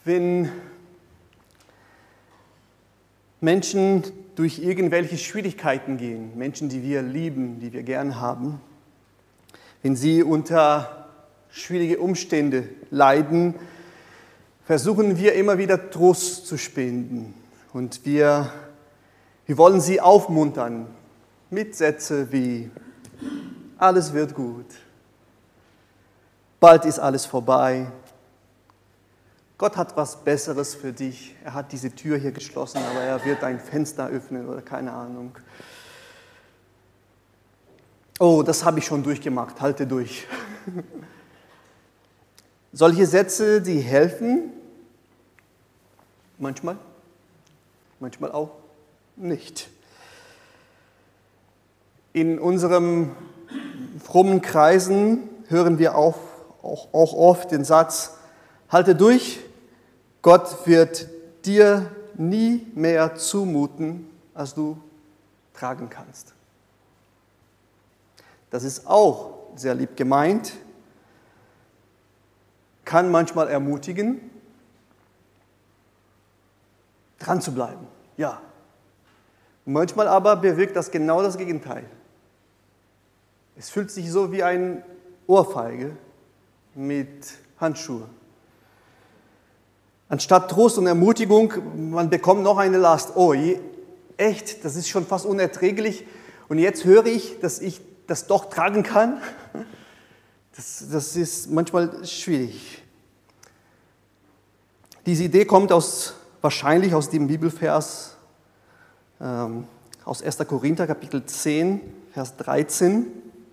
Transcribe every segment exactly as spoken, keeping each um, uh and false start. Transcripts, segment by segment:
Wenn Menschen durch irgendwelche Schwierigkeiten gehen, Menschen, die wir lieben, die wir gern haben, wenn sie unter schwierige Umstände leiden, versuchen wir immer wieder Trost zu spenden. Und wir, wir wollen sie aufmuntern mit Sätzen wie: Alles wird gut, bald ist alles vorbei, Gott hat was Besseres für dich, er hat diese Tür hier geschlossen, aber er wird ein Fenster öffnen oder keine Ahnung. Oh, das habe ich schon durchgemacht, halte durch. Solche Sätze, die helfen, manchmal, manchmal auch nicht. In unseren frommen Kreisen hören wir auch, auch, auch oft den Satz: Halte durch, Gott wird dir nie mehr zumuten, als du tragen kannst. Das ist auch sehr lieb gemeint, kann manchmal ermutigen, dran zu bleiben, ja. Manchmal aber bewirkt das genau das Gegenteil. Es fühlt sich so wie ein Ohrfeige mit Handschuhe. Anstatt Trost und Ermutigung, man bekommt noch eine Last. Oh, je, echt, das ist schon fast unerträglich. Und jetzt höre ich, dass ich das doch tragen kann. Das, das ist manchmal schwierig. Diese Idee kommt aus, wahrscheinlich aus dem Bibelvers ähm, aus erster Korinther, Kapitel zehn, Vers dreizehn.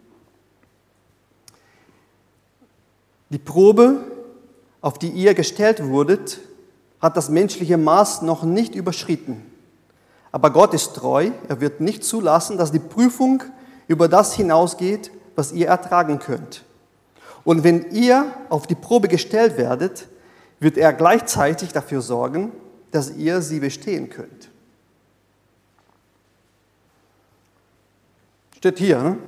Die Probe, auf die ihr gestellt wurdet, hat das menschliche Maß noch nicht überschritten. Aber Gott ist treu, er wird nicht zulassen, dass die Prüfung über das hinausgeht, was ihr ertragen könnt. Und wenn ihr auf die Probe gestellt werdet, wird er gleichzeitig dafür sorgen, dass ihr sie bestehen könnt. Steht hier, ne?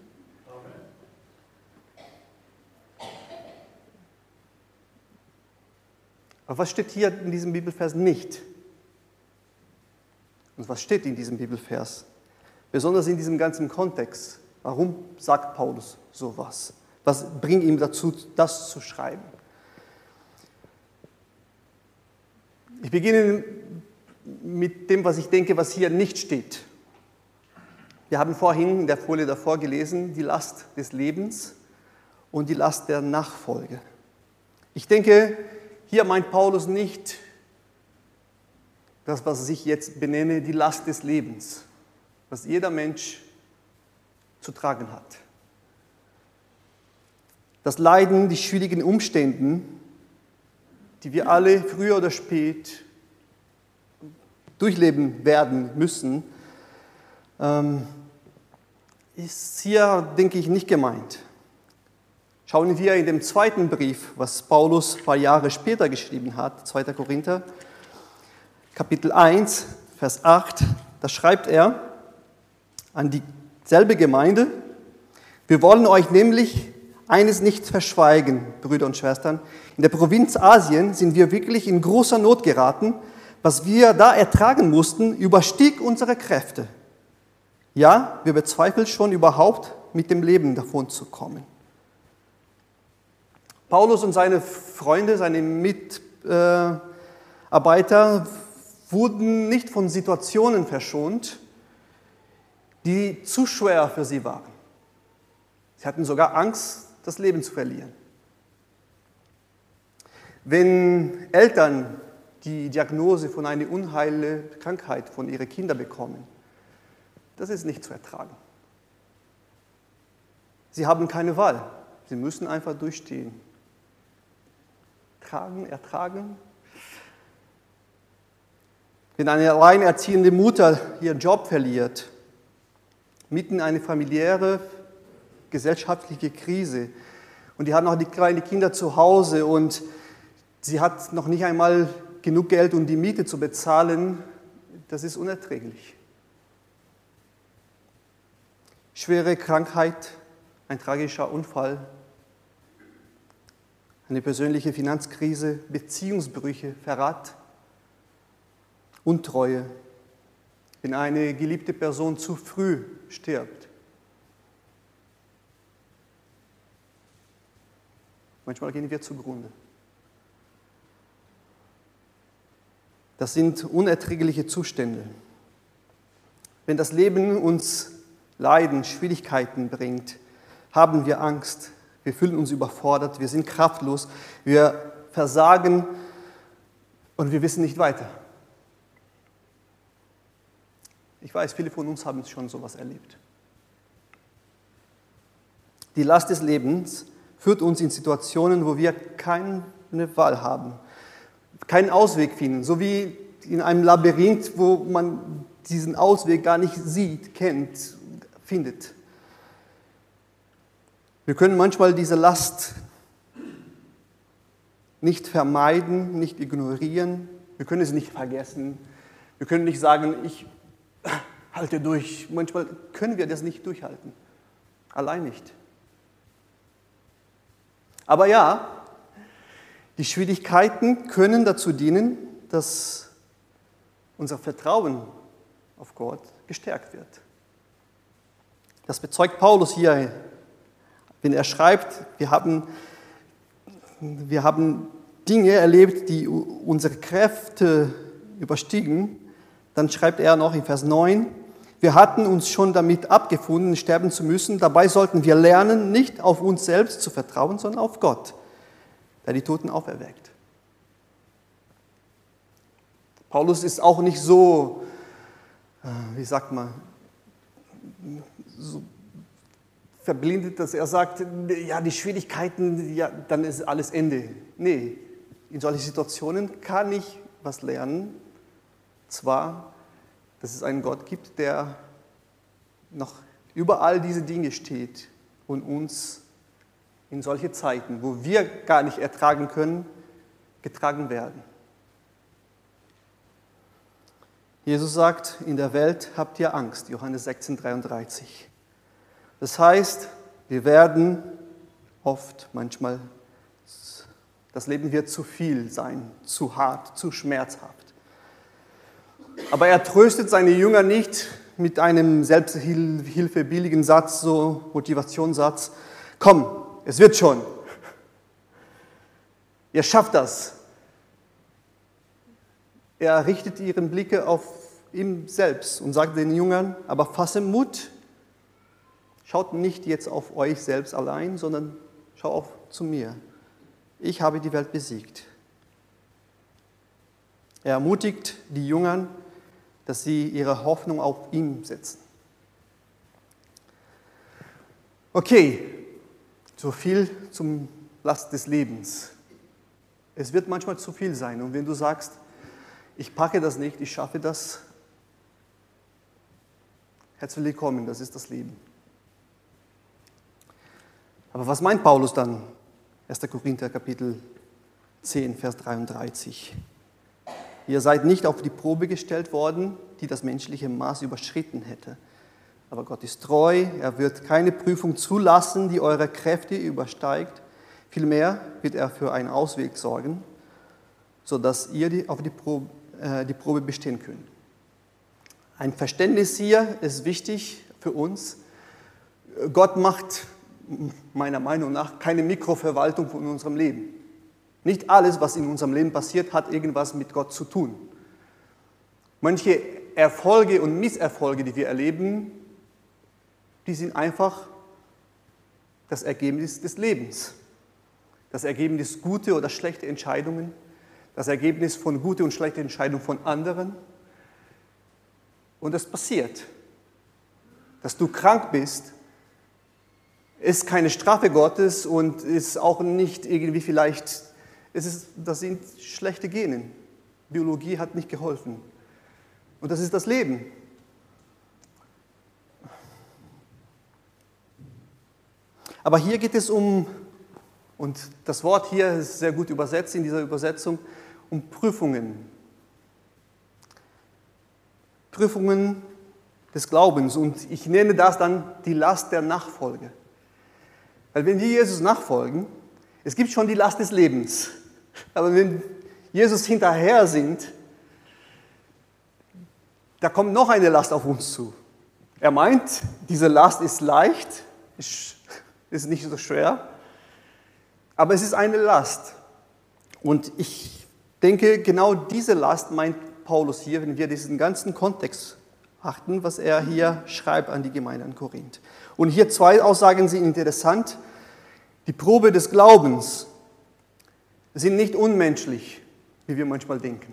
Aber was steht hier in diesem Bibelvers nicht? Und was steht in diesem Bibelvers? Besonders in diesem ganzen Kontext. Warum sagt Paulus sowas? Was bringt ihn dazu, das zu schreiben? Ich beginne mit dem, was ich denke, was hier nicht steht. Wir haben vorhin in der Folie davor gelesen, die Last des Lebens und die Last der Nachfolge. Ich denke, hier meint Paulus nicht das, was ich jetzt benenne, die Last des Lebens, was jeder Mensch zu tragen hat. Das Leiden, die schwierigen Umstände, die wir alle früher oder später durchleben werden müssen, ist hier, denke ich, nicht gemeint. Schauen wir in dem zweiten Brief, was Paulus ein paar Jahre später geschrieben hat, zweiter Korinther, Kapitel eins, Vers acht, da schreibt er an dieselbe Gemeinde: Wir wollen euch nämlich eines nicht verschweigen, Brüder und Schwestern. In der Provinz Asien sind wir wirklich in großer Not geraten. Was wir da ertragen mussten, überstieg unsere Kräfte. Ja, wir bezweifeln schon überhaupt, mit dem Leben davon zu kommen. Paulus und seine Freunde, seine Mitarbeiter wurden nicht von Situationen verschont, die zu schwer für sie waren. Sie hatten sogar Angst, das Leben zu verlieren. Wenn Eltern die Diagnose von einer unheilbaren Krankheit von ihren Kindern bekommen, das ist nicht zu ertragen. Sie haben keine Wahl. Sie müssen einfach durchstehen. Tragen, ertragen. Wenn eine alleinerziehende Mutter ihren Job verliert, mitten in eine familiäre, gesellschaftliche Krise, und die hat noch die kleinen Kinder zu Hause und sie hat noch nicht einmal genug Geld, um die Miete zu bezahlen, das ist unerträglich. Schwere Krankheit, ein tragischer Unfall, eine persönliche Finanzkrise, Beziehungsbrüche, Verrat, Untreue, wenn eine geliebte Person zu früh stirbt. Manchmal gehen wir zugrunde. Das sind unerträgliche Zustände. Wenn das Leben uns Leiden, Schwierigkeiten bringt, haben wir Angst, wir fühlen uns überfordert, wir sind kraftlos, wir versagen und wir wissen nicht weiter. Ich weiß, viele von uns haben schon sowas erlebt. Die Last des Lebens führt uns in Situationen, wo wir keine Wahl haben, keinen Ausweg finden, so wie in einem Labyrinth, wo man diesen Ausweg gar nicht sieht, kennt, findet. Wir können manchmal diese Last nicht vermeiden, nicht ignorieren, wir können es nicht vergessen, wir können nicht sagen, ich halte durch. Manchmal können wir das nicht durchhalten, allein nicht. Aber ja, die Schwierigkeiten können dazu dienen, dass unser Vertrauen auf Gott gestärkt wird. Das bezeugt Paulus hier, wenn er schreibt, wir haben, wir haben Dinge erlebt, die unsere Kräfte überstiegen. Dann schreibt er noch in Vers neun, wir hatten uns schon damit abgefunden, sterben zu müssen. Dabei sollten wir lernen, nicht auf uns selbst zu vertrauen, sondern auf Gott, der die Toten auferweckt. Paulus ist auch nicht so, wie sagt man, so verblindet, dass er sagt, ja, die Schwierigkeiten, ja, dann ist alles Ende. Nee, in solchen Situationen kann ich was lernen. Zwar, dass es einen Gott gibt, der noch über all diese Dinge steht und uns in solche Zeiten, wo wir gar nicht ertragen können, getragen werden. Jesus sagt, in der Welt habt ihr Angst, Johannes sechzehn, dreiunddreißig. Das heißt, wir werden oft, manchmal, das Leben wird zu viel sein, zu hart, zu schmerzhaft. Aber er tröstet seine Jünger nicht mit einem selbsthilfebilligen Satz, so Motivationssatz. Komm, es wird schon. Ihr schafft das. Er richtet ihren Blicke auf ihn selbst und sagt den Jüngern, aber fasse Mut. Schaut nicht jetzt auf euch selbst allein, sondern schau auf zu mir. Ich habe die Welt besiegt. Er ermutigt die Jünger, dass sie ihre Hoffnung auf ihn setzen. Okay, so viel zum Last des Lebens. Es wird manchmal zu viel sein. Und wenn du sagst, ich packe das nicht, ich schaffe das, herzlich willkommen, das ist das Leben. Aber was meint Paulus dann? erster Korinther Kapitel zehn, Vers dreiunddreißig. Ihr seid nicht auf die Probe gestellt worden, die das menschliche Maß überschritten hätte. Aber Gott ist treu, er wird keine Prüfung zulassen, die eure Kräfte übersteigt. Vielmehr wird er für einen Ausweg sorgen, sodass ihr die, auf die Probe, äh, die Probe bestehen könnt. Ein Verständnis hier ist wichtig für uns. Gott macht meiner Meinung nach keine Mikroverwaltung von unserem Leben. Nicht alles, was in unserem Leben passiert, hat irgendwas mit Gott zu tun. Manche Erfolge und Misserfolge, die wir erleben, die sind einfach das Ergebnis des Lebens. Das Ergebnis gute oder schlechte Entscheidungen, das Ergebnis von gute und schlechte Entscheidungen von anderen. Und das passiert. Dass du krank bist, ist keine Strafe Gottes und ist auch nicht irgendwie vielleicht, es ist, das sind schlechte Gene. Biologie hat nicht geholfen. Und das ist das Leben. Aber hier geht es um, und das Wort hier ist sehr gut übersetzt in dieser Übersetzung, um Prüfungen. Prüfungen des Glaubens. Und ich nenne das dann die Last der Nachfolge. Weil wenn wir Jesus nachfolgen, Es gibt schon die Last des Lebens. Aber wenn Jesus hinterher sind, da kommt noch eine Last auf uns zu. Er meint, diese Last ist leicht, ist nicht so schwer, aber es ist eine Last. Und ich denke, genau diese Last meint Paulus hier, wenn wir diesen ganzen Kontext achten, was er hier schreibt an die Gemeinde in Korinth. Und hier zwei Aussagen sind interessant. Die Probe des Glaubens sind nicht unmenschlich, wie wir manchmal denken.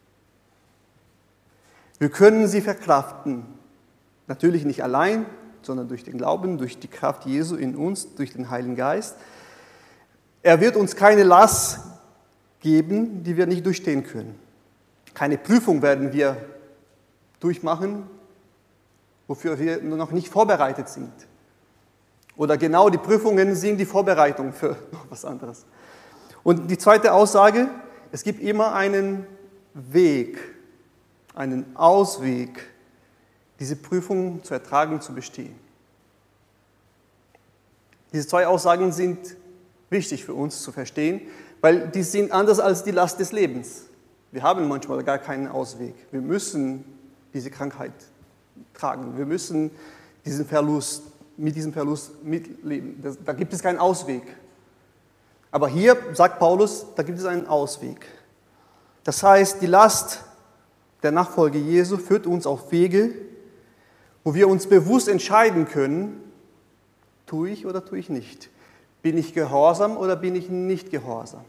Wir können sie verkraften. Natürlich nicht allein, sondern durch den Glauben, durch die Kraft Jesu in uns, durch den Heiligen Geist. Er wird uns keine Last geben, die wir nicht durchstehen können. Keine Prüfung werden wir durchmachen, wofür wir noch nicht vorbereitet sind. Oder genau die Prüfungen sind die Vorbereitung für noch was anderes. Und die zweite Aussage, es gibt immer einen Weg, einen Ausweg, diese Prüfung zu ertragen, zu bestehen. Diese zwei Aussagen sind wichtig für uns zu verstehen, weil die sind anders als die Last des Lebens. Wir haben manchmal gar keinen Ausweg. Wir müssen diese Krankheit tragen. Wir müssen diesen Verlust, mit diesem Verlust mitleben. Das, da gibt es keinen Ausweg. Aber hier sagt Paulus, da gibt es einen Ausweg. Das heißt, die Last der Nachfolge Jesu führt uns auf Wege, wo wir uns bewusst entscheiden können, tue ich oder tue ich nicht. Bin ich gehorsam oder bin ich nicht gehorsam?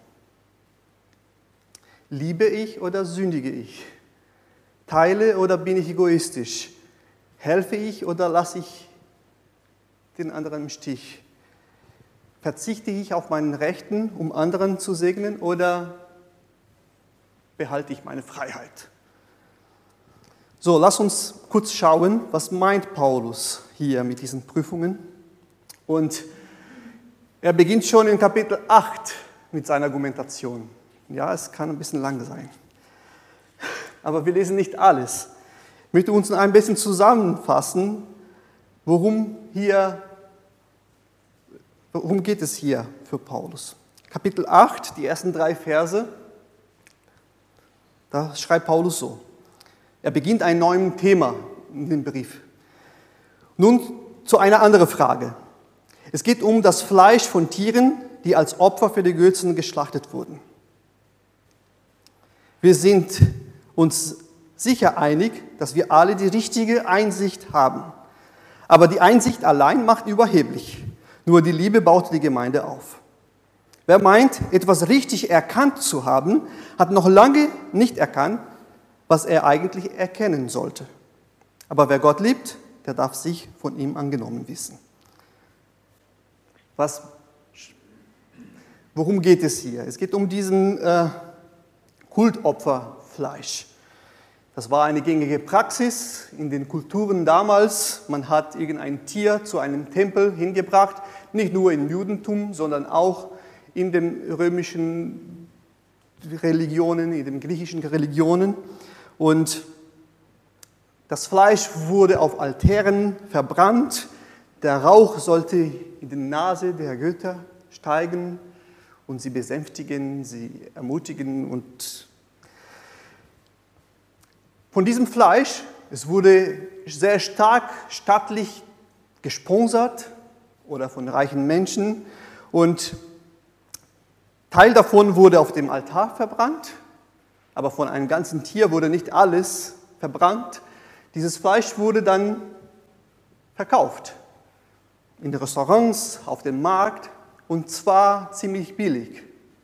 Liebe ich oder sündige ich? Teile oder bin ich egoistisch? Helfe ich oder lasse ich den anderen im Stich? Verzichte ich auf meinen Rechten, um anderen zu segnen, oder behalte ich meine Freiheit? So, lass uns kurz schauen, was meint Paulus hier mit diesen Prüfungen. Und er beginnt schon in Kapitel acht mit seiner Argumentation. Ja, es kann ein bisschen lang sein. Aber wir lesen nicht alles. Ich möchte uns ein bisschen zusammenfassen, worum, hier, worum geht es hier für Paulus. Kapitel acht, die ersten drei Verse, da schreibt Paulus so. Er beginnt ein neues Thema in dem Brief. Nun zu einer anderen Frage. Es geht um das Fleisch von Tieren, die als Opfer für die Götzen geschlachtet wurden. Wir sind uns sicher einig, dass wir alle die richtige Einsicht haben. Aber die Einsicht allein macht überheblich. Nur die Liebe baut die Gemeinde auf. Wer meint, etwas richtig erkannt zu haben, hat noch lange nicht erkannt, was er eigentlich erkennen sollte. Aber wer Gott liebt, der darf sich von ihm angenommen wissen. Was, worum geht es hier? Es geht um diesen äh, Kultopferfleisch. Das war eine gängige Praxis in den Kulturen damals. Man hat irgendein Tier zu einem Tempel hingebracht, nicht nur im Judentum, sondern auch in den römischen Religionen, in den griechischen Religionen. Und das Fleisch wurde auf Altären verbrannt. Der Rauch sollte in die Nase der Götter steigen und sie besänftigen, sie ermutigen. Und von diesem Fleisch, es wurde sehr stark staatlich gesponsert oder von reichen Menschen. Und Teil davon wurde auf dem Altar verbrannt. Aber von einem ganzen Tier wurde nicht alles verbrannt. Dieses Fleisch wurde dann verkauft. In Restaurants, auf dem Markt, und zwar ziemlich billig.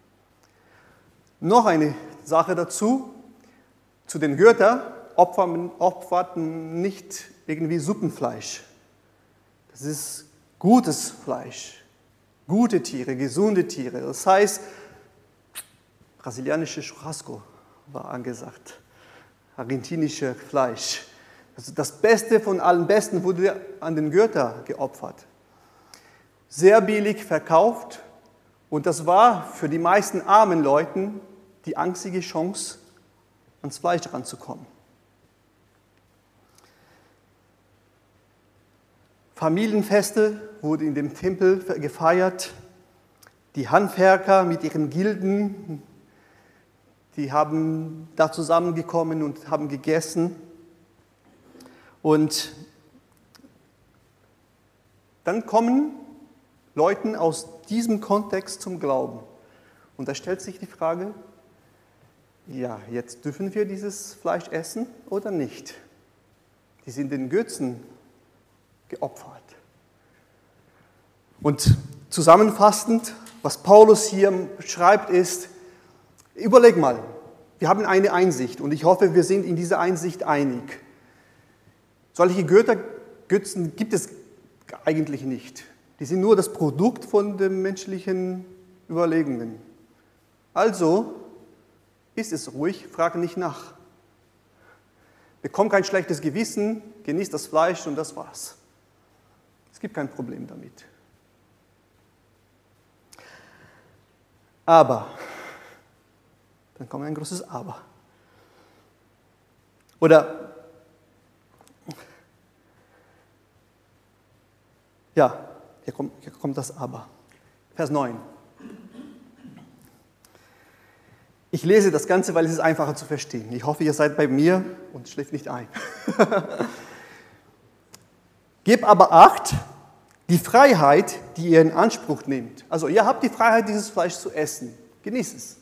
Noch eine Sache dazu. Zu den Göttern opferten nicht irgendwie Suppenfleisch. Das ist gutes Fleisch. Gute Tiere, gesunde Tiere. Das heißt, brasilianische Churrasco war angesagt, argentinisches Fleisch. Also das Beste von allen Besten wurde an den Götter geopfert. Sehr billig verkauft, und das war für die meisten armen Leute die einzige Chance, ans Fleisch ranzukommen. Familienfeste wurden in dem Tempel gefeiert. Die Handwerker mit ihren Gilden, die haben da zusammengekommen und haben gegessen. Und dann kommen Leute aus diesem Kontext zum Glauben. Und da stellt sich die Frage, ja, jetzt dürfen wir dieses Fleisch essen oder nicht? Die sind den Götzen geopfert. Und zusammenfassend, was Paulus hier schreibt, ist, überleg mal, wir haben eine Einsicht und ich hoffe, wir sind in dieser Einsicht einig. Solche Götter, Götzen gibt es eigentlich nicht. Die sind nur das Produkt von dem menschlichen Überlegungen. Also ist es ruhig, frage nicht nach. Bekomm kein schlechtes Gewissen, genieß das Fleisch und das war's. Es gibt kein Problem damit. Aber, dann kommt ein großes Aber. Oder, ja, hier kommt, hier kommt das Aber. Vers neun. Ich lese das Ganze, weil es ist einfacher zu verstehen. Ich hoffe, ihr seid bei mir und schläft nicht ein. Gebt aber Acht, die Freiheit, die ihr in Anspruch nehmt. Also ihr habt die Freiheit, dieses Fleisch zu essen. Genießt es.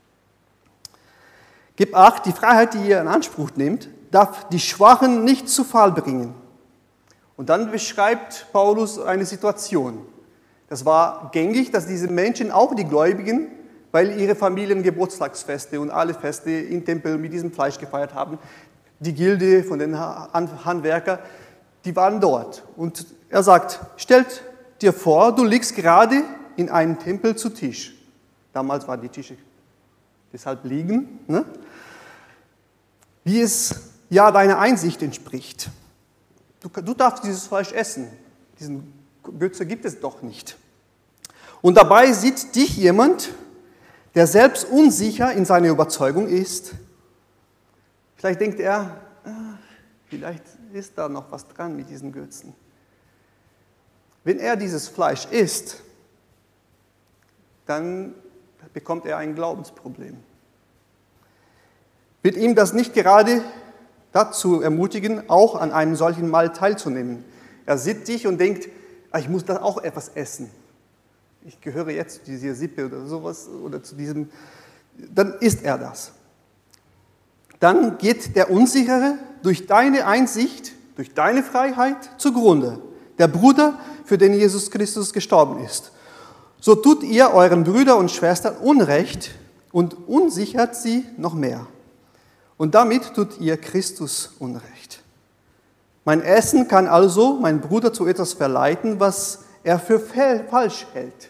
Gebt Acht, die Freiheit, die ihr in Anspruch nehmt, darf die Schwachen nicht zu Fall bringen. Und dann beschreibt Paulus eine Situation. Das war gängig, dass diese Menschen, auch die Gläubigen, weil ihre Familien Geburtstagsfeste und alle Feste im Tempel mit diesem Fleisch gefeiert haben, die Gilde von den Handwerkern, die waren dort. Und er sagt, stellt dir vor, du liegst gerade in einem Tempel zu Tisch. Damals waren die Tische deshalb liegen, ne? Wie es ja deiner Einsicht entspricht. Du, du darfst dieses Fleisch essen. Diesen Götze gibt es doch nicht. Und dabei sieht dich jemand, der selbst unsicher in seiner Überzeugung ist. Vielleicht denkt er, vielleicht ist da noch was dran mit diesen Götzen. Wenn er dieses Fleisch isst, dann bekommt er ein Glaubensproblem. Wird ihm das nicht gerade dazu ermutigen, auch an einem solchen Mahl teilzunehmen? Er sieht dich und denkt, ich muss da auch etwas essen. Ich gehöre jetzt zu dieser Sippe oder sowas oder zu diesem, dann isst er das. Dann geht der Unsichere durch deine Einsicht, durch deine Freiheit zugrunde. Der Bruder, für den Jesus Christus gestorben ist. So tut ihr euren Brüdern und Schwestern Unrecht und unsichert sie noch mehr. Und damit tut ihr Christus Unrecht. Mein Essen kann also meinen Bruder zu etwas verleiten, was er für falsch hält.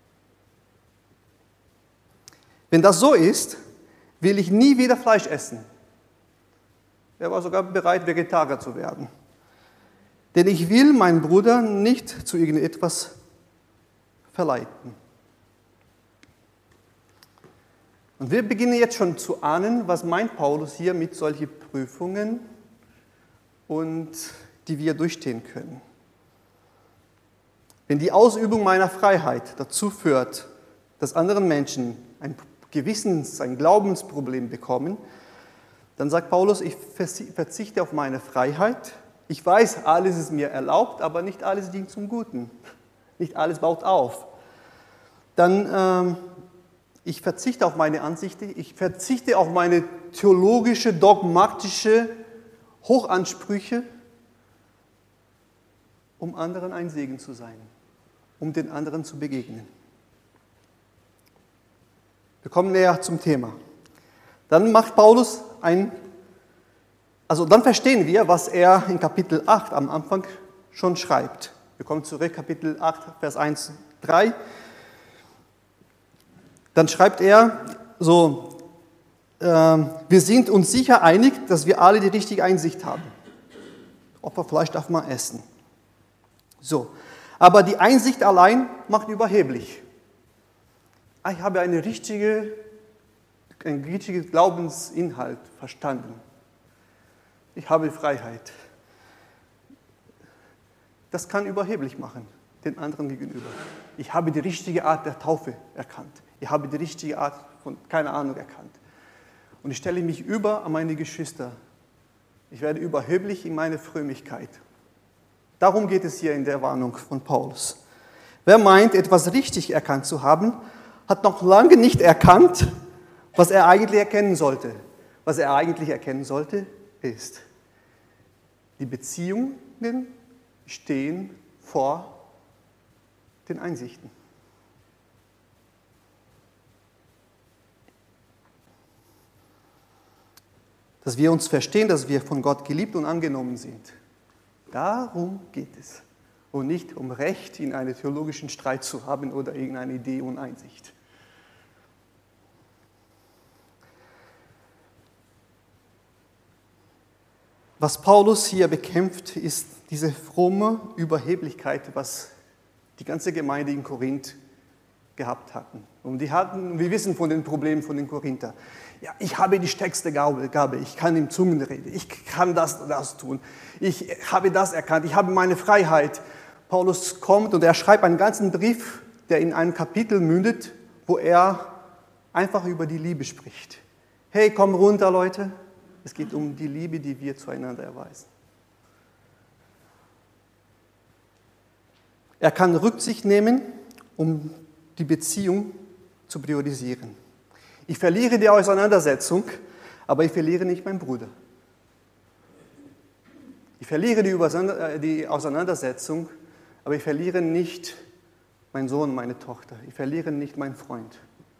Wenn das so ist, will ich nie wieder Fleisch essen. Er war sogar bereit, Vegetarier zu werden. Denn ich will meinen Bruder nicht zu irgendetwas verleiten. Und wir beginnen jetzt schon zu ahnen, was meint Paulus hier mit solchen Prüfungen, und die wir durchstehen können. Wenn die Ausübung meiner Freiheit dazu führt, dass andere Menschen ein Gewissens-, ein Glaubensproblem bekommen, dann sagt Paulus, ich verzichte auf meine Freiheit. Ich weiß, alles ist mir erlaubt, aber nicht alles dient zum Guten. Nicht alles baut auf. Dann, ähm, ich verzichte auf meine Ansichten, ich verzichte auf meine theologische, dogmatische Hochansprüche, um anderen ein Segen zu sein, um den anderen zu begegnen. Wir kommen näher zum Thema. Dann macht Paulus ein, also dann verstehen wir, was er in Kapitel acht am Anfang schon schreibt. Wir kommen zurück, Kapitel acht, Vers eins, drei. Dann schreibt er so, äh, wir sind uns sicher einig, dass wir alle die richtige Einsicht haben. Opferfleisch darf man essen. So, aber die Einsicht allein macht überheblich. Ich habe eine richtige, einen richtigen Glaubensinhalt verstanden. Ich habe Freiheit. Das kann überheblich machen. den anderen gegenüber. Ich habe die richtige Art der Taufe erkannt. Ich habe die richtige Art von, keine Ahnung, erkannt. Und ich stelle mich über an meine Geschwister. Ich werde überheblich in meine Frömmigkeit. Darum geht es hier in der Warnung von Paulus. Wer meint, etwas richtig erkannt zu haben, hat noch lange nicht erkannt, was er eigentlich erkennen sollte. Was er eigentlich erkennen sollte, ist, die Beziehungen stehen vor den Einsichten. Dass wir uns verstehen, dass wir von Gott geliebt und angenommen sind. Darum geht es. Und nicht um Recht in einen theologischen Streit zu haben oder irgendeine Idee und Einsicht. Was Paulus hier bekämpft, ist diese fromme Überheblichkeit, was die ganze Gemeinde in Korinth gehabt hatten. Und die hatten, wir wissen von den Problemen von den Korinthern. Ja, ich habe die stärkste Gabe, ich kann in Zungen reden, ich kann das und das tun, ich habe das erkannt, ich habe meine Freiheit. Paulus kommt und er schreibt einen ganzen Brief, der in einem Kapitel mündet, wo er einfach über die Liebe spricht. Hey, komm runter, Leute. Es geht um die Liebe, die wir zueinander erweisen. Er kann Rücksicht nehmen, um die Beziehung zu priorisieren. Ich verliere die Auseinandersetzung, aber ich verliere nicht meinen Bruder. Ich verliere die Auseinandersetzung, aber ich verliere nicht meinen Sohn, meine Tochter. Ich verliere nicht meinen Freund.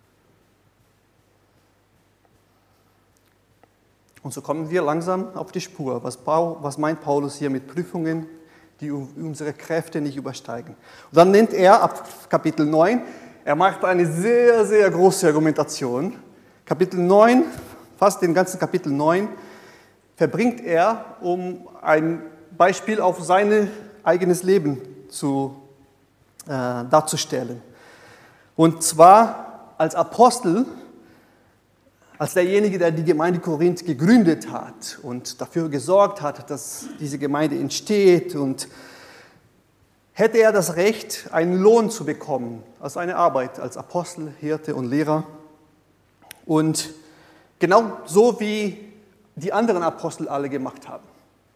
Und so kommen wir langsam auf die Spur. Was, Paul, was meint Paulus hier mit Prüfungen, die unsere Kräfte nicht übersteigen? Und dann nennt er ab Kapitel neun, er macht eine sehr, sehr große Argumentation. Kapitel neun, fast den ganzen Kapitel neun, verbringt er, um ein Beispiel auf sein eigenes Leben zu, äh, darzustellen. Und zwar als Apostel, als derjenige, der die Gemeinde Korinth gegründet hat und dafür gesorgt hat, dass diese Gemeinde entsteht, und hätte er das Recht, einen Lohn zu bekommen als eine Arbeit als Apostel, Hirte und Lehrer. Und genau so wie die anderen Apostel alle gemacht haben.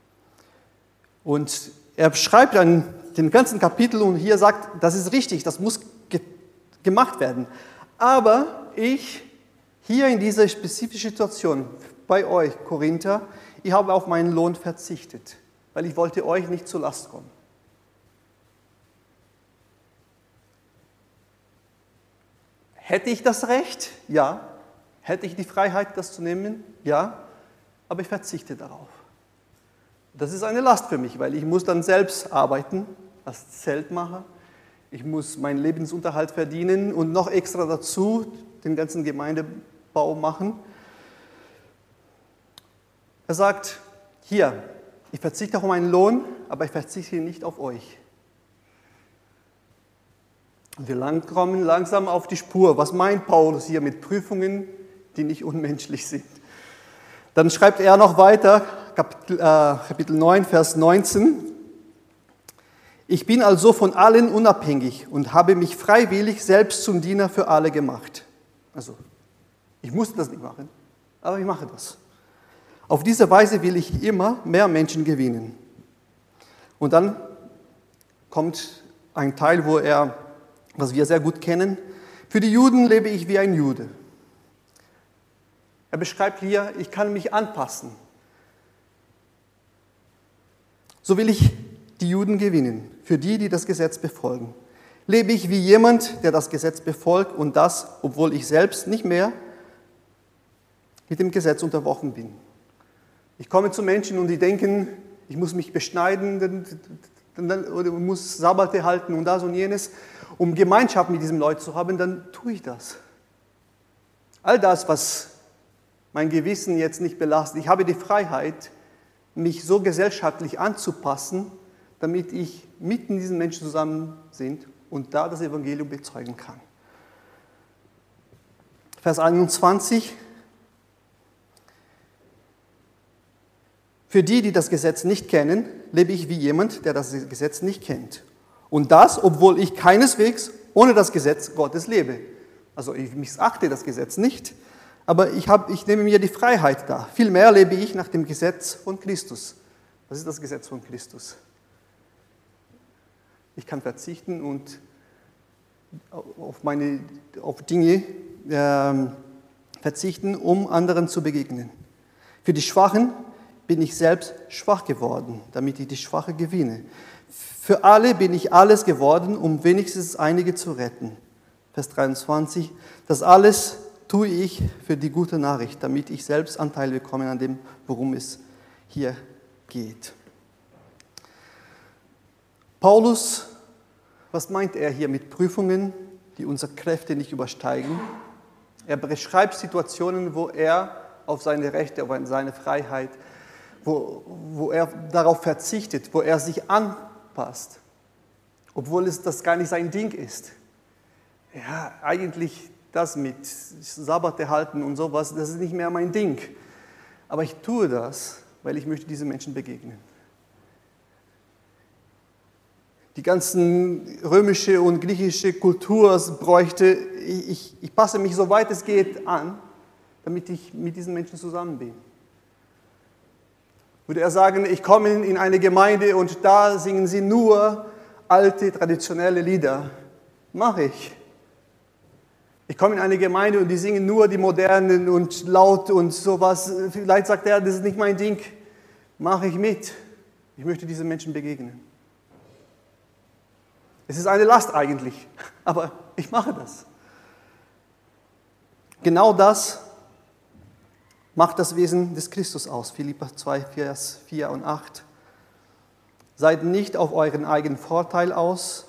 Und er schreibt dann den ganzen Kapitel und hier sagt, das ist richtig, das muss ge- gemacht werden. Aber ich, hier in dieser spezifischen Situation bei euch, Korinther, ich habe auf meinen Lohn verzichtet, weil ich wollte euch nicht zur Last kommen. Hätte ich das Recht? Ja. Hätte ich die Freiheit, das zu nehmen? Ja. Aber ich verzichte darauf. Das ist eine Last für mich, weil ich muss dann selbst arbeiten als Zeltmacher. Ich muss meinen Lebensunterhalt verdienen und noch extra dazu den ganzen Gemeindebau machen. Er sagt, hier, ich verzichte auf meinen Lohn, aber ich verzichte nicht auf euch. Und wir lang kommen langsam auf die Spur. Was meint Paulus hier mit Prüfungen, die nicht unmenschlich sind? Dann schreibt er noch weiter, Kapitel, äh, Kapitel neun, Vers neunzehn. Ich bin also von allen unabhängig und habe mich freiwillig selbst zum Diener für alle gemacht. Also, ich musste das nicht machen, aber ich mache das. Auf diese Weise will ich immer mehr Menschen gewinnen. Und dann kommt ein Teil, wo er, was wir sehr gut kennen, für die Juden lebe ich wie ein Jude. Er beschreibt hier, ich kann mich anpassen. So will ich die Juden gewinnen, für die, die das Gesetz befolgen. Lebe ich wie jemand, der das Gesetz befolgt, und das, obwohl ich selbst nicht mehr mit dem Gesetz unterworfen bin. Ich komme zu Menschen und die denken, ich muss mich beschneiden oder muss Sabbate halten und das und jenes, um Gemeinschaft mit diesen Leuten zu haben, dann tue ich das. All das, was mein Gewissen jetzt nicht belastet. Ich habe die Freiheit, mich so gesellschaftlich anzupassen, damit ich mit diesen Menschen zusammen bin und da das Evangelium bezeugen kann. Vers einundzwanzig. Für die, die das Gesetz nicht kennen, lebe ich wie jemand, der das Gesetz nicht kennt. Und das, obwohl ich keineswegs ohne das Gesetz Gottes lebe. Also ich missachte das Gesetz nicht, aber ich, hab, ich nehme mir die Freiheit da. Vielmehr lebe ich nach dem Gesetz von Christus. Was ist das Gesetz von Christus? Ich kann verzichten und auf, meine, auf Dinge äh, verzichten, um anderen zu begegnen. Für die Schwachen bin ich selbst schwach geworden, damit ich die Schwache gewinne. Für alle bin ich alles geworden, um wenigstens einige zu retten. Vers dreiundzwanzig. Das alles tue ich für die gute Nachricht, damit ich selbst Anteil bekomme an dem, worum es hier geht. Paulus, was meint er hier mit Prüfungen, die unsere Kräfte nicht übersteigen? Er beschreibt Situationen, wo er auf seine Rechte, auf seine Freiheit, wo, wo er darauf verzichtet, wo er sich anpasst, obwohl es das gar nicht sein Ding ist. Ja, eigentlich das mit Sabbate halten und sowas, das ist nicht mehr mein Ding. Aber ich tue das, weil ich möchte diesen Menschen begegnen. Die ganzen römische und griechische Kulturbräuchte, ich, ich, ich passe mich so weit es geht an, damit ich mit diesen Menschen zusammen bin. Würde er sagen, ich komme in eine Gemeinde und da singen sie nur alte, traditionelle Lieder. Mache ich. Ich komme in eine Gemeinde und die singen nur die modernen und laut und sowas. Vielleicht sagt er, das ist nicht mein Ding. Mache ich mit. Ich möchte diesen Menschen begegnen. Es ist eine Last eigentlich, aber ich mache das. Genau das macht das Wesen des Christus aus. Philipper zwei, Vers vier und acht. Seid nicht auf euren eigenen Vorteil aus,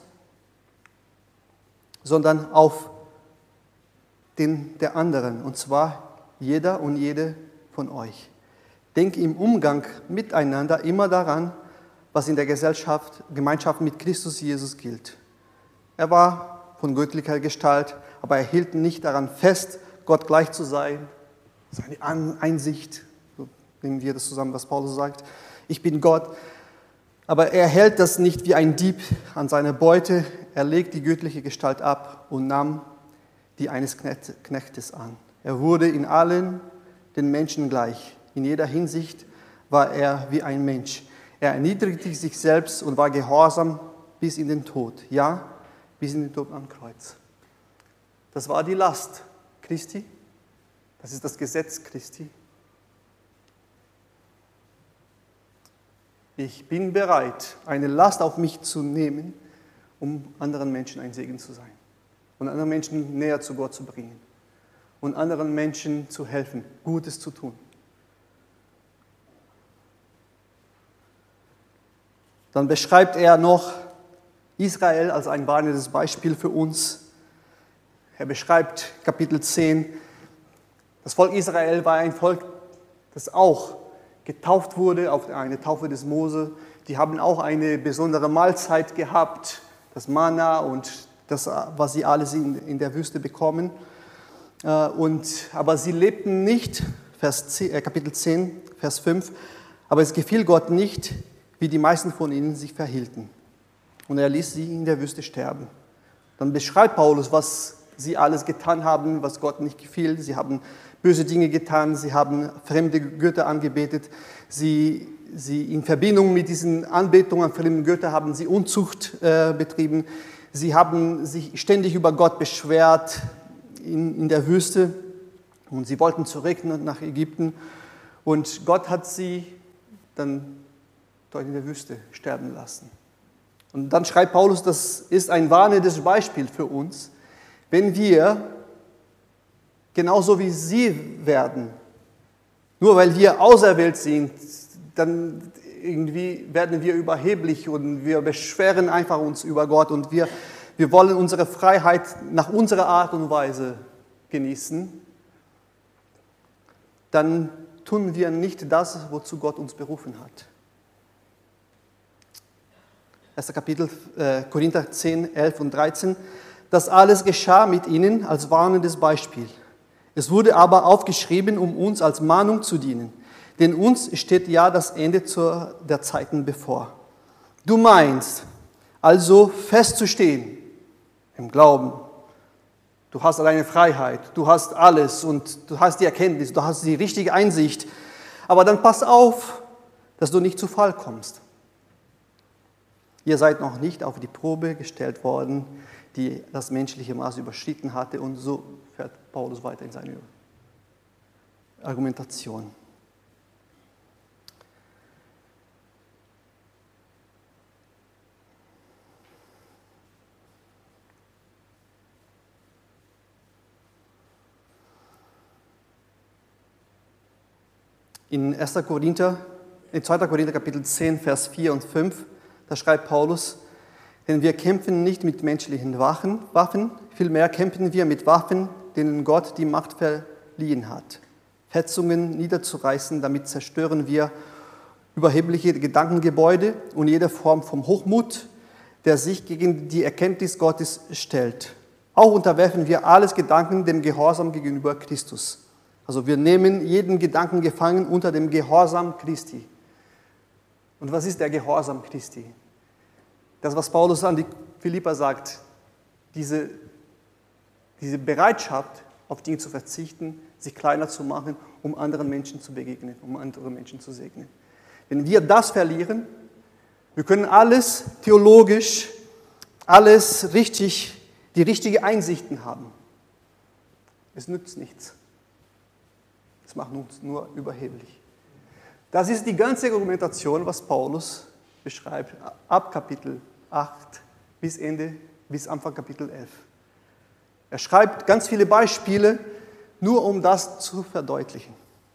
sondern auf den der anderen, und zwar jeder und jede von euch. Denkt im Umgang miteinander immer daran, was in der Gesellschaft, Gemeinschaft mit Christus Jesus gilt. Er war von göttlicher Gestalt, aber er hielt nicht daran fest, Gott gleich zu sein. Seine Einsicht, so nehmen wir das zusammen, was Paulus sagt, ich bin Gott. Aber er hält das nicht wie ein Dieb an seine Beute. Er legt die göttliche Gestalt ab und nahm die eines Knechtes an. Er wurde in allen den Menschen gleich. In jeder Hinsicht war er wie ein Mensch. Er erniedrigte sich selbst und war gehorsam bis in den Tod. Ja, bis in den Tod am Kreuz. Das war die Last Christi. Das ist das Gesetz Christi. Ich bin bereit, eine Last auf mich zu nehmen, um anderen Menschen ein Segen zu sein. Und anderen Menschen näher zu Gott zu bringen. Und anderen Menschen zu helfen, Gutes zu tun. Dann beschreibt er noch Israel als ein warnendes Beispiel für uns. Er beschreibt Kapitel zehn, das Volk Israel war ein Volk, das auch getauft wurde auf eine Taufe des Mose. Die haben auch eine besondere Mahlzeit gehabt, das Manna und das, was sie alles in, in der Wüste bekommen. Und, aber sie lebten nicht, Vers zehn, äh, Kapitel zehn, Vers fünf, aber es gefiel Gott nicht, wie die meisten von ihnen sich verhielten. Und er ließ sie in der Wüste sterben. Dann beschreibt Paulus, was sie alles getan haben, was Gott nicht gefiel. Sie haben böse Dinge getan, sie haben fremde Götter angebetet, sie, sie in Verbindung mit diesen Anbetungen an fremden Göttern haben sie Unzucht äh, betrieben. Sie haben sich ständig über Gott beschwert in, in der Wüste und sie wollten zurück nach Ägypten. Und Gott hat sie dann dort in der Wüste sterben lassen. Und dann schreibt Paulus, das ist ein warnendes Beispiel für uns, wenn wir genauso wie sie werden, nur weil wir auserwählt sind, dann irgendwie werden wir überheblich und wir beschweren einfach uns über Gott und wir, wir wollen unsere Freiheit nach unserer Art und Weise genießen, dann tun wir nicht das, wozu Gott uns berufen hat. Erster Kapitel, äh, Korinther zehn, elf und dreizehn. Das alles geschah mit ihnen als warnendes Beispiel. Es wurde aber aufgeschrieben, um uns als Mahnung zu dienen. Denn uns steht ja das Ende zur, der Zeiten bevor. Du meinst, Also festzustehen im Glauben. Du hast deine Freiheit, du hast alles und du hast die Erkenntnis, du hast die richtige Einsicht. Aber dann pass auf, dass du nicht zu Fall kommst. Ihr seid noch nicht auf die Probe gestellt worden, die das menschliche Maß überschritten hatte. Und so fährt Paulus weiter in seine Argumentation. In erster Korinther, in zweiter Korinther Kapitel zehn, Vers vier und fünf, da schreibt Paulus, denn wir kämpfen nicht mit menschlichen Waffen, Waffen, vielmehr kämpfen wir mit Waffen, denen Gott die Macht verliehen hat. Fetzungen niederzureißen, damit zerstören wir überhebliche Gedankengebäude und jede Form vom Hochmut, der sich gegen die Erkenntnis Gottes stellt. Auch unterwerfen wir alles Gedanken dem Gehorsam gegenüber Christus. Also wir nehmen jeden Gedanken gefangen unter dem Gehorsam Christi. Und was ist der Gehorsam Christi? Das, was Paulus an die Philipper sagt, diese, diese Bereitschaft, auf Dinge zu verzichten, sich kleiner zu machen, um anderen Menschen zu begegnen, um andere Menschen zu segnen. Wenn wir das verlieren, wir können alles theologisch, alles richtig, die richtigen Einsichten haben. Es nützt nichts. Es macht uns nur überheblich. Das ist die ganze Argumentation, was Paulus beschreibt, ab Kapitel acht bis Ende, bis Anfang Kapitel elf. Er schreibt ganz viele Beispiele, nur um das zu verdeutlichen.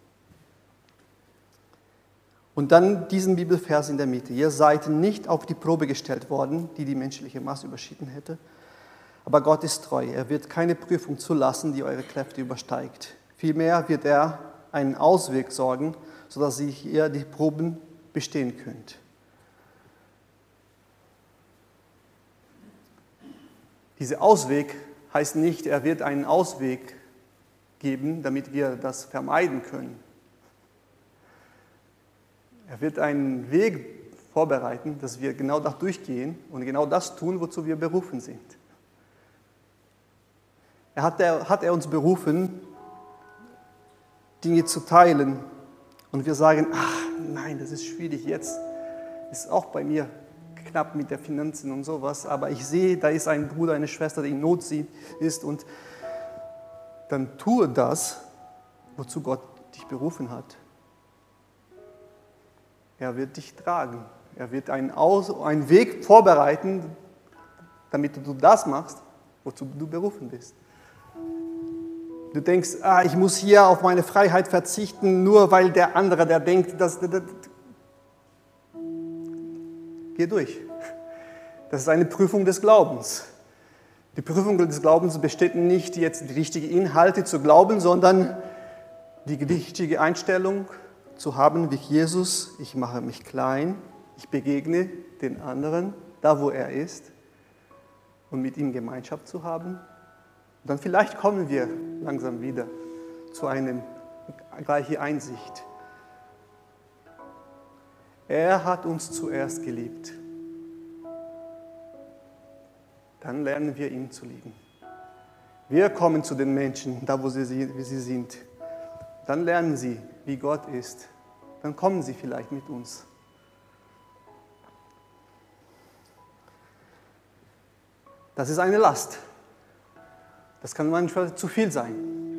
Und dann diesen Bibelvers in der Mitte. Ihr seid nicht auf die Probe gestellt worden, die die menschliche Maß überschritten hätte. Aber Gott ist treu. Er wird keine Prüfung zulassen, die eure Kräfte übersteigt. Vielmehr wird er einen Ausweg sorgen, sodass ihr die Proben bestehen könnt. Dieser Ausweg heißt nicht, er wird einen Ausweg geben, damit wir das vermeiden können. Er wird einen Weg vorbereiten, dass wir genau das durchgehen und genau das tun, wozu wir berufen sind. Er hat, er, hat er uns berufen, Dinge zu teilen. Und wir sagen, ach nein, das ist schwierig jetzt. Ist auch bei mir knapp mit der Finanzen und sowas. Aber ich sehe, da ist ein Bruder, eine Schwester, die in Not ist. Und dann tue das, wozu Gott dich berufen hat. Er wird dich tragen. Er wird einen, Aus, einen Weg vorbereiten, damit du das machst, wozu du berufen bist. Du denkst, ah, ich muss hier auf meine Freiheit verzichten, nur weil der andere, der denkt, dass... Das, das, geh durch. Das ist eine Prüfung des Glaubens. Die Prüfung des Glaubens besteht nicht jetzt die richtigen Inhalte zu glauben, sondern die richtige Einstellung zu haben wie Jesus. Ich mache mich klein, ich begegne den anderen, da wo er ist, und mit ihm Gemeinschaft zu haben. Und dann vielleicht kommen wir langsam wieder zu einer gleichen Einsicht. Er hat uns zuerst geliebt. Dann lernen wir ihn zu lieben. Wir kommen zu den Menschen, da wo sie, wie sie sind. Dann lernen sie, wie Gott ist. Dann kommen sie vielleicht mit uns. Das ist eine Last. Das kann manchmal zu viel sein.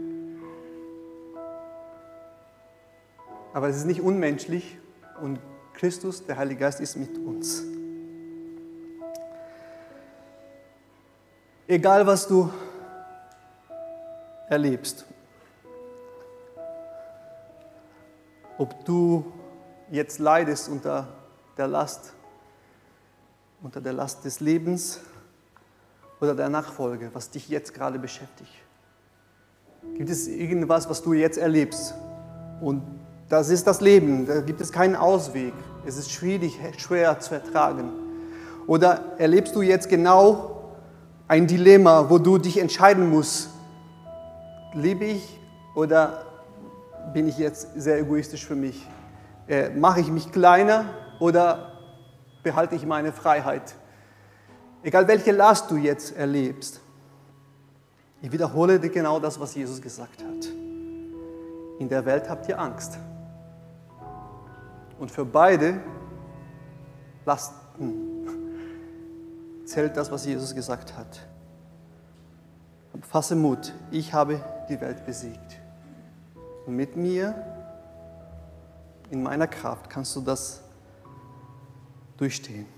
Aber es ist nicht unmenschlich und Christus, der Heilige Geist, ist mit uns. Egal, was du erlebst, ob du jetzt leidest unter der Last, unter der Last des Lebens oder der Nachfolge, was dich jetzt gerade beschäftigt. Gibt es irgendwas, was du jetzt erlebst? Und das ist das Leben, da gibt es keinen Ausweg. Es ist schwierig, schwer zu ertragen. Oder erlebst du jetzt genau ein Dilemma, wo du dich entscheiden musst, lebe ich oder bin ich jetzt sehr egoistisch für mich? Äh, mache ich mich kleiner oder behalte ich meine Freiheit? Egal welche Last du jetzt erlebst, ich wiederhole dir genau das, was Jesus gesagt hat. In der Welt habt ihr Angst. Und für beide Lasten zählt das, was Jesus gesagt hat. Fasse Mut, ich habe die Welt besiegt. Und mit mir, in meiner Kraft, kannst du das durchstehen.